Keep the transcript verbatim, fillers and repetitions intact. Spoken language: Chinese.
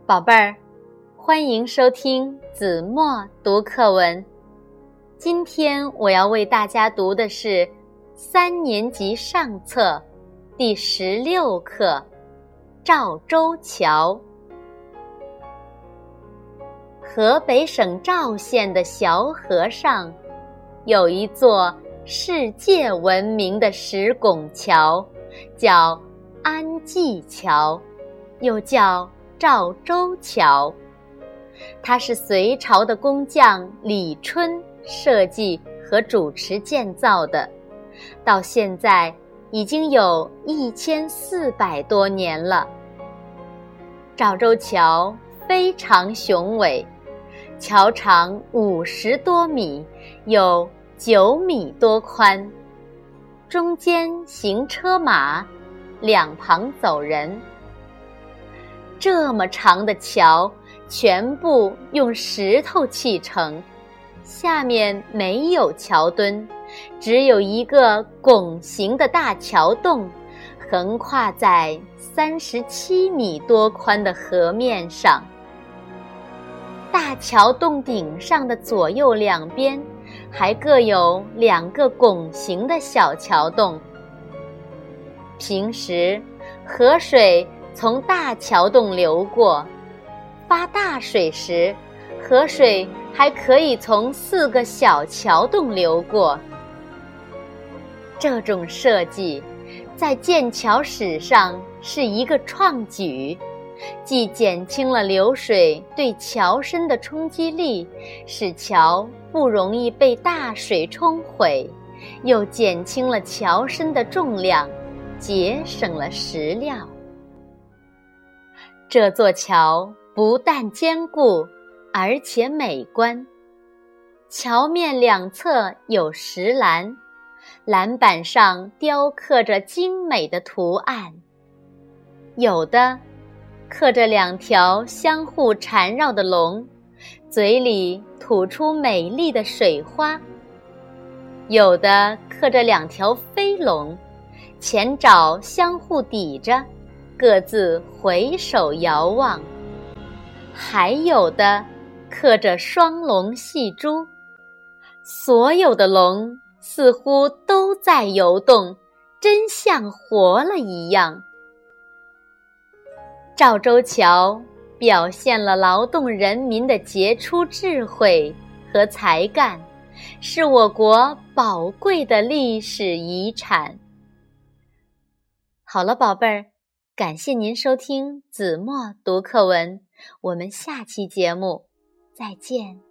宝贝儿，欢迎收听子墨读课文。今天我要为大家读的是三年级上册第十六课《赵州桥》。河北省赵县的小河上，有一座世界闻名的石拱桥，叫安济桥，又叫赵州桥。它是隋朝的工匠李春设计和主持建造的，到现在已经有一千四百多年了。赵州桥非常雄伟，桥长五十多米，有九米多宽，中间行车马，两旁走人。这么长的桥全部用石头砌成，下面没有桥墩，只有一个拱形的大桥洞，横跨在三十七米多宽的河面上。大桥洞顶上的左右两边还各有两个拱形的小桥洞。平时河水从大桥洞流过，发大水时，河水还可以从四个小桥洞流过。这种设计在建桥史上是一个创举，既减轻了流水对桥身的冲击力，使桥不容易被大水冲毁，又减轻了桥身的重量，节省了石料。这座桥不但坚固，而且美观。桥面两侧有石栏，栏板上雕刻着精美的图案，有的刻着两条相互缠绕的龙，嘴里吐出美丽的水花；有的刻着两条飞龙，前爪相互抵着，各自回首遥望；还有的刻着双龙戏珠，所有的龙似乎都在游动，真像活了一样。赵州桥表现了劳动人民的杰出智慧和才干，是我国宝贵的历史遗产。好了，宝贝儿，感谢您收听子墨读课文，我们下期节目再见。